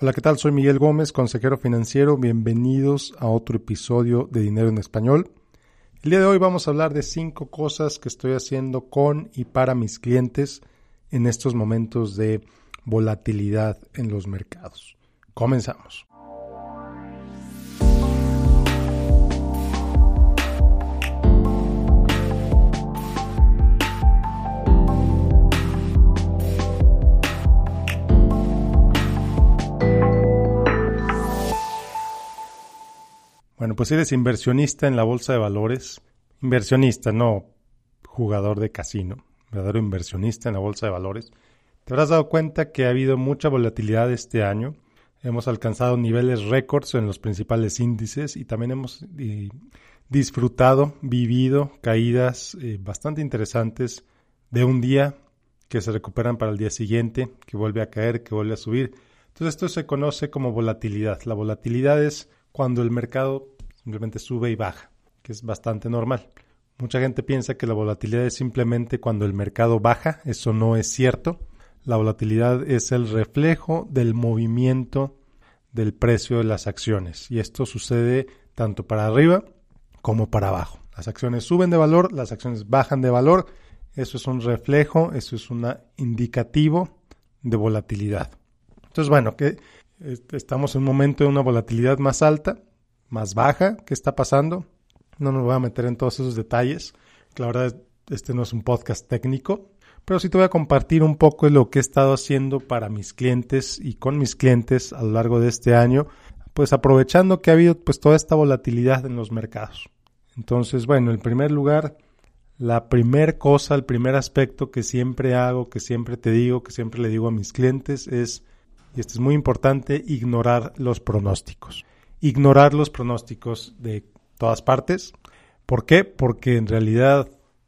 Hola, ¿qué tal? Soy Miguel Gómez, consejero financiero. Bienvenidos a otro episodio de Dinero en Español. El día de hoy vamos a hablar de 5 cosas que estoy haciendo con y para mis clientes en estos momentos de volatilidad en los mercados. Comenzamos. Bueno, pues si eres inversionista en la bolsa de valores, inversionista, no jugador de casino, verdadero inversionista en la bolsa de valores, te habrás dado cuenta que ha habido mucha volatilidad este año. Hemos alcanzado niveles récords en los principales índices y también hemos disfrutado, vivido caídas bastante interesantes de un día que se recuperan para el día siguiente, que vuelve a caer, que vuelve a subir. Entonces esto se conoce como volatilidad. La volatilidad es cuando el mercado simplemente sube y baja, que es bastante normal. Mucha gente piensa que la volatilidad es simplemente cuando el mercado baja. Eso no es cierto. La volatilidad es el reflejo del movimiento del precio de las acciones. Y esto sucede tanto para arriba como para abajo. Las acciones suben de valor, las acciones bajan de valor. Eso es un reflejo, eso es un indicativo de volatilidad. Entonces, bueno, que estamos en un momento de una volatilidad más alta, más baja. ¿Qué está pasando? No nos voy a meter en todos esos detalles, que la verdad este no es un podcast técnico, pero sí te voy a compartir un poco de lo que he estado haciendo para mis clientes y con mis clientes a lo largo de este año, pues aprovechando que ha habido pues toda esta volatilidad en los mercados. Entonces, bueno, en primer lugar, la primer cosa, el primer aspecto que siempre hago, que siempre te digo, que siempre le digo a mis clientes es, y esto es muy importante, ignorar los pronósticos. Ignorar los pronósticos de todas partes. ¿Por qué? Porque en realidad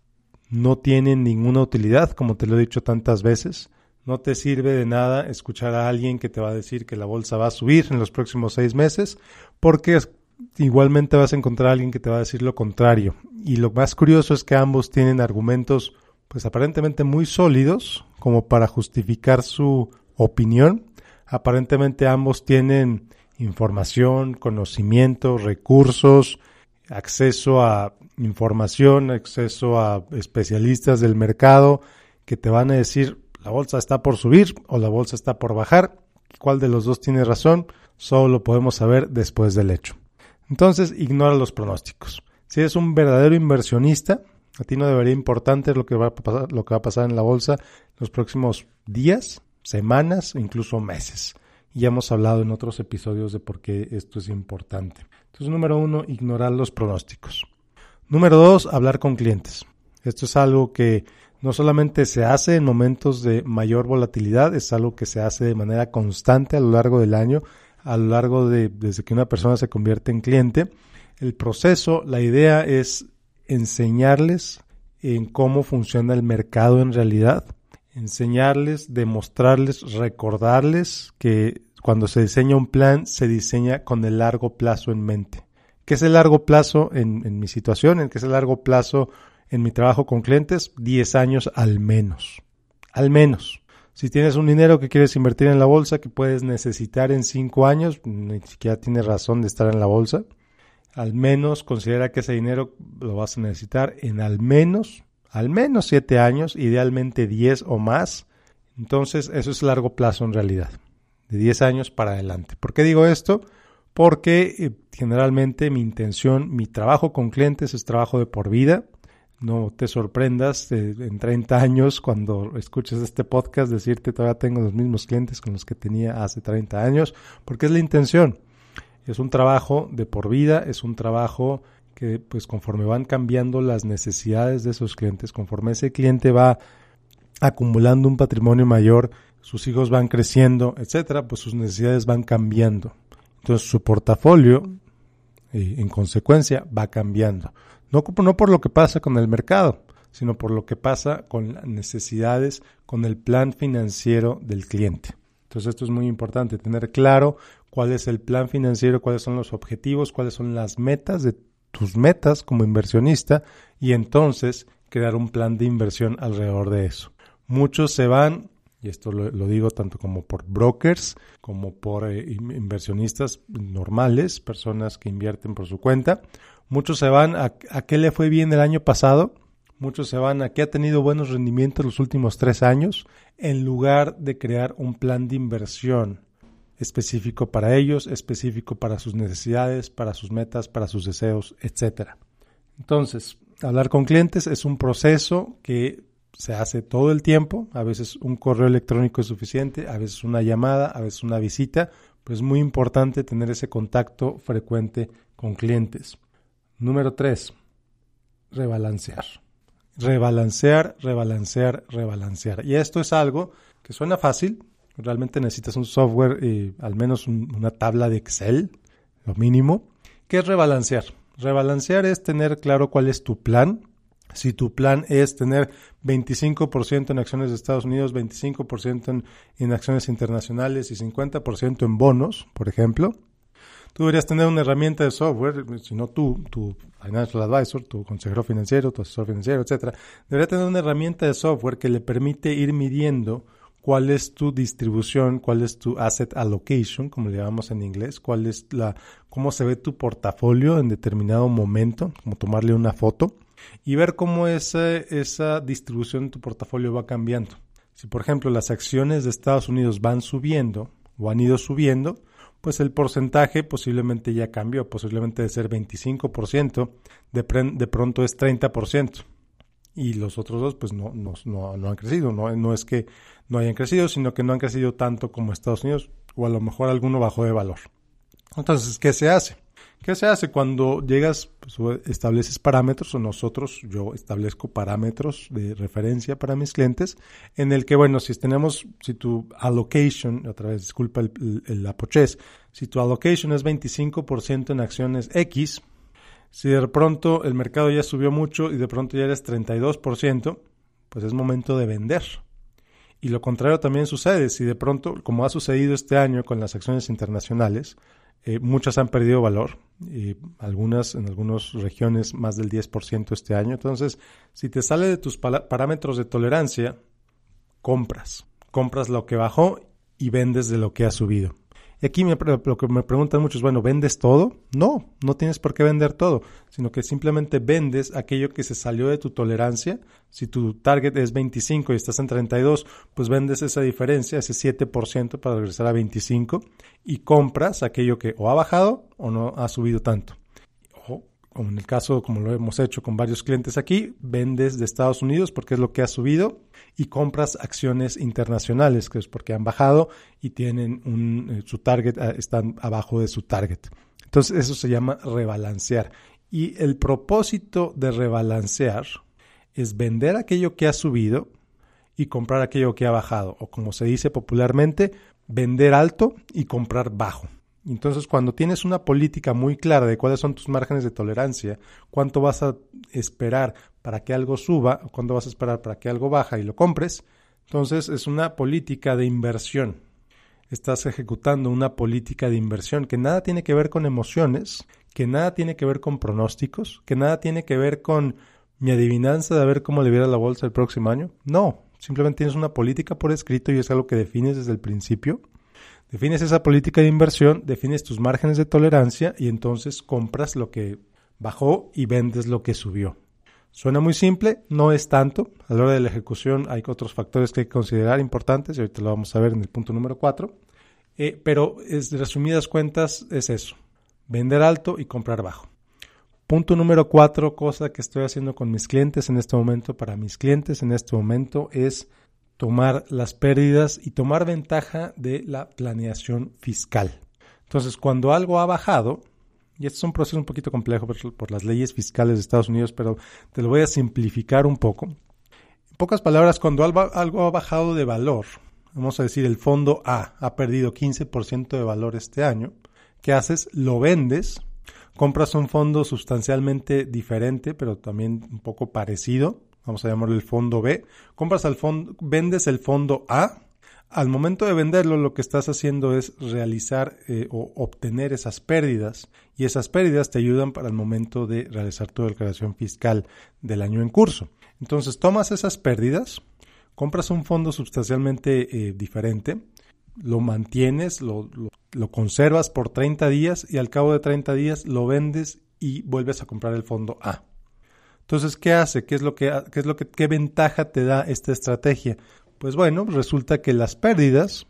no tienen ninguna utilidad, como te lo he dicho tantas veces. No te sirve de nada escuchar a alguien que te va a decir que la bolsa va a subir en los próximos 6 meses, porque igualmente vas a encontrar a alguien que te va a decir lo contrario. Y lo más curioso es que ambos tienen argumentos pues aparentemente muy sólidos como para justificar su opinión. Aparentemente ambos tienen información, conocimiento, recursos, acceso a información, acceso a especialistas del mercado que te van a decir la bolsa está por subir o la bolsa está por bajar. ¿Cuál de los dos tiene razón? Solo lo podemos saber después del hecho. Entonces, ignora los pronósticos. Si eres un verdadero inversionista, a ti no debería importarte lo que va a pasar en la bolsa los próximos días, semanas, incluso meses. Y ya hemos hablado en otros episodios de por qué esto es importante. Entonces, número 1, ignorar los pronósticos. Número 2, hablar con clientes. Esto es algo que no solamente se hace en momentos de mayor volatilidad, es algo que se hace de manera constante a lo largo del año, a lo largo desde que una persona se convierte en cliente. El proceso, la idea es enseñarles en cómo funciona el mercado en realidad. Enseñarles, demostrarles, recordarles que cuando se diseña un plan, se diseña con el largo plazo en mente. ¿Qué es el largo plazo en mi situación? ¿Qué es el largo plazo en mi trabajo con clientes? 10 años al menos. Al menos. Si tienes un dinero que quieres invertir en la bolsa que puedes necesitar en 5 años, ni siquiera tienes razón de estar en la bolsa. Al menos considera que ese dinero lo vas a necesitar en al menos 7 años, idealmente 10 o más. Entonces, eso es largo plazo en realidad, de 10 años para adelante. ¿Por qué digo esto? Porque generalmente mi intención, mi trabajo con clientes es trabajo de por vida. No te sorprendas en 30 años cuando escuches este podcast decirte todavía tengo los mismos clientes con los que tenía hace 30 años, porque es la intención. Es un trabajo de por vida, es un trabajo que pues conforme van cambiando las necesidades de esos clientes, conforme ese cliente va acumulando un patrimonio mayor, sus hijos van creciendo, etcétera, pues sus necesidades van cambiando. Entonces su portafolio, en consecuencia, va cambiando. No por lo que pasa con el mercado, sino por lo que pasa con las necesidades, con el plan financiero del cliente. Entonces esto es muy importante, tener claro cuál es el plan financiero, cuáles son los objetivos, cuáles son las metas de tus metas como inversionista y entonces crear un plan de inversión alrededor de eso. Muchos se van y esto lo digo tanto como por brokers, como por inversionistas normales, personas que invierten por su cuenta. Muchos se van a qué le fue bien el año pasado, muchos se van a qué ha tenido buenos rendimientos los últimos 3 años, en lugar de crear un plan de inversión específico para ellos, específico para sus necesidades, para sus metas, para sus deseos, etc. Entonces, hablar con clientes es un proceso que se hace todo el tiempo. A veces un correo electrónico es suficiente, a veces una llamada, a veces una visita, pero es muy importante tener ese contacto frecuente con clientes. Número 3, rebalancear. Rebalancear. Y esto es algo que suena fácil. Realmente necesitas un software y al menos una tabla de Excel, lo mínimo. ¿Qué es rebalancear? Rebalancear es tener claro cuál es tu plan. Si tu plan es tener 25% en acciones de Estados Unidos, 25% en acciones internacionales y 50% en bonos, por ejemplo, tú deberías tener una herramienta de software, si no tu financial advisor, tu consejero financiero, tu asesor financiero, etcétera, debería tener una herramienta de software que le permite ir midiendo cuál es tu distribución, cuál es tu asset allocation, como le llamamos en inglés, cómo se ve tu portafolio en determinado momento, como tomarle una foto y ver cómo esa distribución de tu portafolio va cambiando. Si, por ejemplo, las acciones de Estados Unidos van subiendo o han ido subiendo, pues el porcentaje posiblemente ya cambió, posiblemente de ser 25%, de pronto es 30%. Y los otros dos pues no han crecido, no es que no hayan crecido, sino que no han crecido tanto como Estados Unidos, o a lo mejor alguno bajó de valor. Entonces, ¿qué se hace? ¿Qué se hace cuando llegas, pues, estableces parámetros, o yo establezco parámetros de referencia para mis clientes, en el que, bueno, si tu allocation, otra vez, disculpa el apochez, si tu allocation es 25% en acciones X, si de pronto el mercado ya subió mucho y de pronto ya eres 32%, pues es momento de vender. Y lo contrario también sucede, si de pronto, como ha sucedido este año con las acciones internacionales, muchas han perdido valor, algunas en algunas regiones más del 10% este año. Entonces, si te sale de tus parámetros de tolerancia, compras lo que bajó y vendes de lo que ha subido. Y aquí lo que me preguntan muchos, bueno, ¿vendes todo? No tienes por qué vender todo, sino que simplemente vendes aquello que se salió de tu tolerancia. Si tu target es 25 y estás en 32, pues vendes esa diferencia, ese 7% para regresar a 25 y compras aquello que o ha bajado o no ha subido tanto. O, como en el caso, como lo hemos hecho con varios clientes aquí, vendes de Estados Unidos porque es lo que ha subido y compras acciones internacionales, que es porque han bajado y tienen su target, están abajo de su target. Entonces eso se llama rebalancear. Y el propósito de rebalancear es vender aquello que ha subido y comprar aquello que ha bajado. O como se dice popularmente, vender alto y comprar bajo. Entonces, cuando tienes una política muy clara de cuáles son tus márgenes de tolerancia, cuánto vas a esperar para que algo suba, o cuánto vas a esperar para que algo baja y lo compres, entonces es una política de inversión. Estás ejecutando una política de inversión que nada tiene que ver con emociones, que nada tiene que ver con pronósticos, que nada tiene que ver con mi adivinanza de ver cómo le viera la bolsa el próximo año. No, simplemente tienes una política por escrito y es algo que defines desde el principio. Defines esa política de inversión, defines tus márgenes de tolerancia y entonces compras lo que bajó y vendes lo que subió. Suena muy simple, no es tanto. A la hora de la ejecución hay otros factores que hay que considerar importantes y ahorita lo vamos a ver en el punto número 4. Pero resumidas cuentas es eso, vender alto y comprar bajo. Punto número 4, cosa que estoy haciendo con mis clientes en este momento, para mis clientes en este momento, es tomar las pérdidas y tomar ventaja de la planeación fiscal. Entonces, cuando algo ha bajado, y este es un proceso un poquito complejo por las leyes fiscales de Estados Unidos, pero te lo voy a simplificar un poco. En pocas palabras, cuando algo ha bajado de valor, vamos a decir el fondo A ha perdido 15% de valor este año, ¿qué haces? Lo vendes, compras un fondo sustancialmente diferente, pero también un poco parecido. Vamos a llamarlo el fondo B, vendes el fondo A. Al momento de venderlo, lo que estás haciendo es realizar o obtener esas pérdidas, y esas pérdidas te ayudan para el momento de realizar tu declaración fiscal del año en curso. Entonces, tomas esas pérdidas, compras un fondo sustancialmente diferente, lo mantienes, lo conservas por 30 días y al cabo de 30 días lo vendes y vuelves a comprar el fondo A. Entonces, ¿qué hace? ¿Qué ventaja te da esta estrategia? Pues bueno, resulta que las pérdidas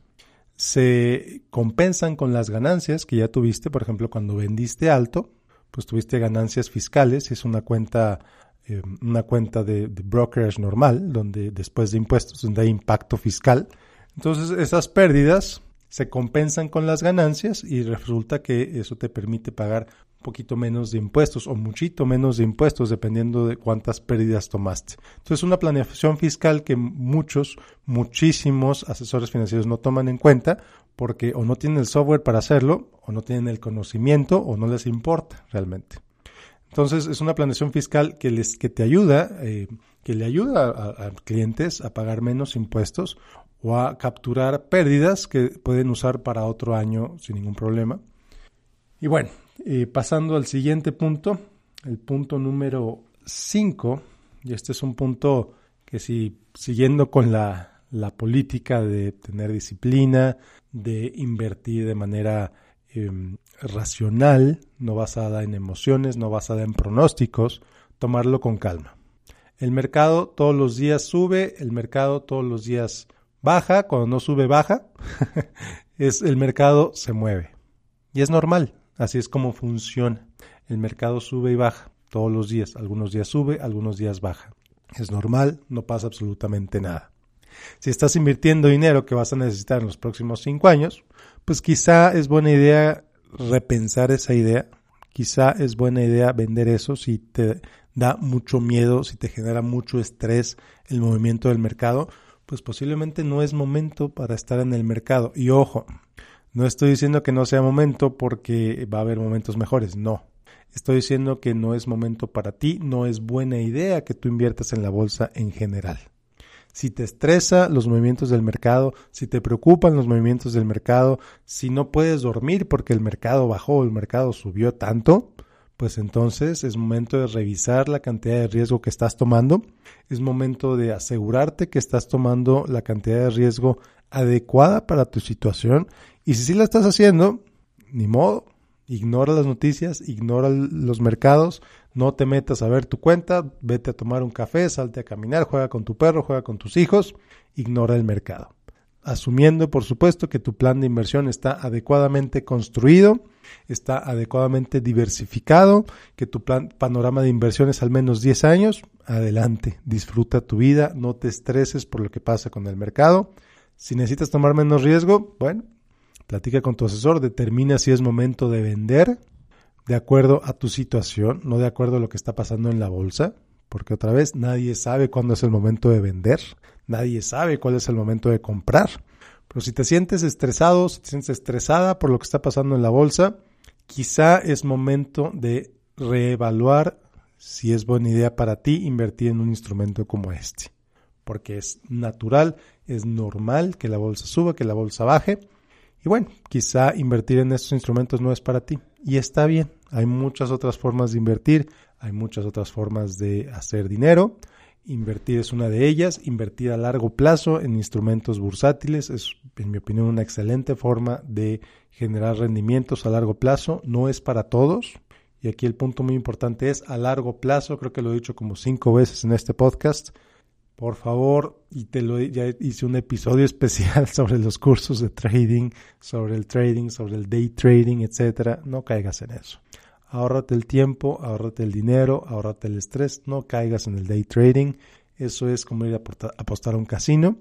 se compensan con las ganancias que ya tuviste. Por ejemplo, cuando vendiste alto, pues tuviste ganancias fiscales. Es una cuenta de brokerage normal, donde después de impuestos, donde hay impacto fiscal. Entonces, esas pérdidas se compensan con las ganancias y resulta que eso te permite pagar un poquito menos de impuestos o muchito menos de impuestos dependiendo de cuántas pérdidas tomaste. Entonces, una planeación fiscal que muchísimos asesores financieros no toman en cuenta porque o no tienen el software para hacerlo, o no tienen el conocimiento, o no les importa realmente. Entonces, es una planeación fiscal que le ayuda a clientes a pagar menos impuestos o a capturar pérdidas que pueden usar para otro año sin ningún problema. Y bueno, pasando al siguiente punto, el punto número 5, y este es un punto que siguiendo con la política de tener disciplina, de invertir de manera racional, no basada en emociones, no basada en pronósticos, tomarlo con calma. El mercado todos los días sube, el mercado todos los días baja, cuando no sube baja, el mercado se mueve. Y es normal, así es como funciona. El mercado sube y baja todos los días, algunos días sube, algunos días baja. Es normal, no pasa absolutamente nada. Si estás invirtiendo dinero que vas a necesitar en los próximos 5 años, pues quizá es buena idea repensar esa idea. Quizá es buena idea vender eso si te da mucho miedo, si te genera mucho estrés el movimiento del mercado, pues posiblemente no es momento para estar en el mercado. Y ojo, no estoy diciendo que no sea momento porque va a haber momentos mejores, no. Estoy diciendo que no es momento para ti, no es buena idea que tú inviertas en la bolsa en general. Si te estresa los movimientos del mercado, si te preocupan los movimientos del mercado, si no puedes dormir porque el mercado bajó, el mercado subió tanto, pues entonces es momento de revisar la cantidad de riesgo que estás tomando. Es momento de asegurarte que estás tomando la cantidad de riesgo adecuada para tu situación. Y si sí la estás haciendo, ni modo, ignora las noticias, ignora los mercados, no te metas a ver tu cuenta, vete a tomar un café, salte a caminar, juega con tu perro, juega con tus hijos, ignora el mercado. Asumiendo, por supuesto, que tu plan de inversión está adecuadamente construido, está adecuadamente diversificado, que tu panorama de inversión es al menos 10 años, adelante, disfruta tu vida, no te estreses por lo que pasa con el mercado. Si necesitas tomar menos riesgo, bueno, platica con tu asesor, determina si es momento de vender de acuerdo a tu situación, no de acuerdo a lo que está pasando en la bolsa, porque otra vez nadie sabe cuándo es el momento de vender, nadie sabe cuál es el momento de comprar. Pero si te sientes estresado, si te sientes estresada por lo que está pasando en la bolsa, quizá es momento de reevaluar si es buena idea para ti invertir en un instrumento como este. Porque es natural, es normal que la bolsa suba, que la bolsa baje. Y bueno, quizá invertir en estos instrumentos no es para ti. Y está bien, hay muchas otras formas de invertir, hay muchas otras formas de hacer dinero. Invertir es una de ellas. Invertir a largo plazo en instrumentos bursátiles es, en mi opinión, una excelente forma de generar rendimientos a largo plazo. No es para todos. Y aquí el punto muy importante es a largo plazo. Creo que lo he dicho como 5 veces en este podcast. Por favor, ya hice un episodio especial sobre los cursos de trading, sobre el day trading, etcétera. No caigas en eso. Ahórrate el tiempo, ahórrate el dinero, ahórrate el estrés. No caigas en el day trading. Eso es como ir a apostar a un casino.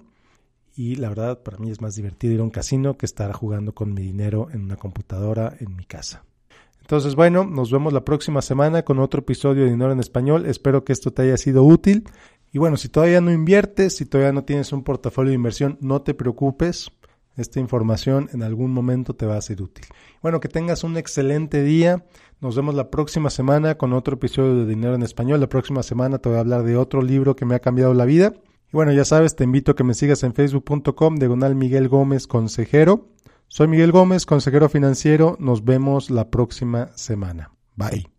Y la verdad, para mí es más divertido ir a un casino que estar jugando con mi dinero en una computadora en mi casa. Entonces, bueno, nos vemos la próxima semana con otro episodio de Dinero en Español. Espero que esto te haya sido útil. Y bueno, si todavía no inviertes, si todavía no tienes un portafolio de inversión, no te preocupes. Esta información en algún momento te va a ser útil. Bueno, que tengas un excelente día. Nos vemos la próxima semana con otro episodio de Dinero en Español. La próxima semana te voy a hablar de otro libro que me ha cambiado la vida. Y bueno, ya sabes, te invito a que me sigas en facebook.com/Miguel Gómez Consejero. Soy Miguel Gómez, consejero financiero. Nos vemos la próxima semana. Bye.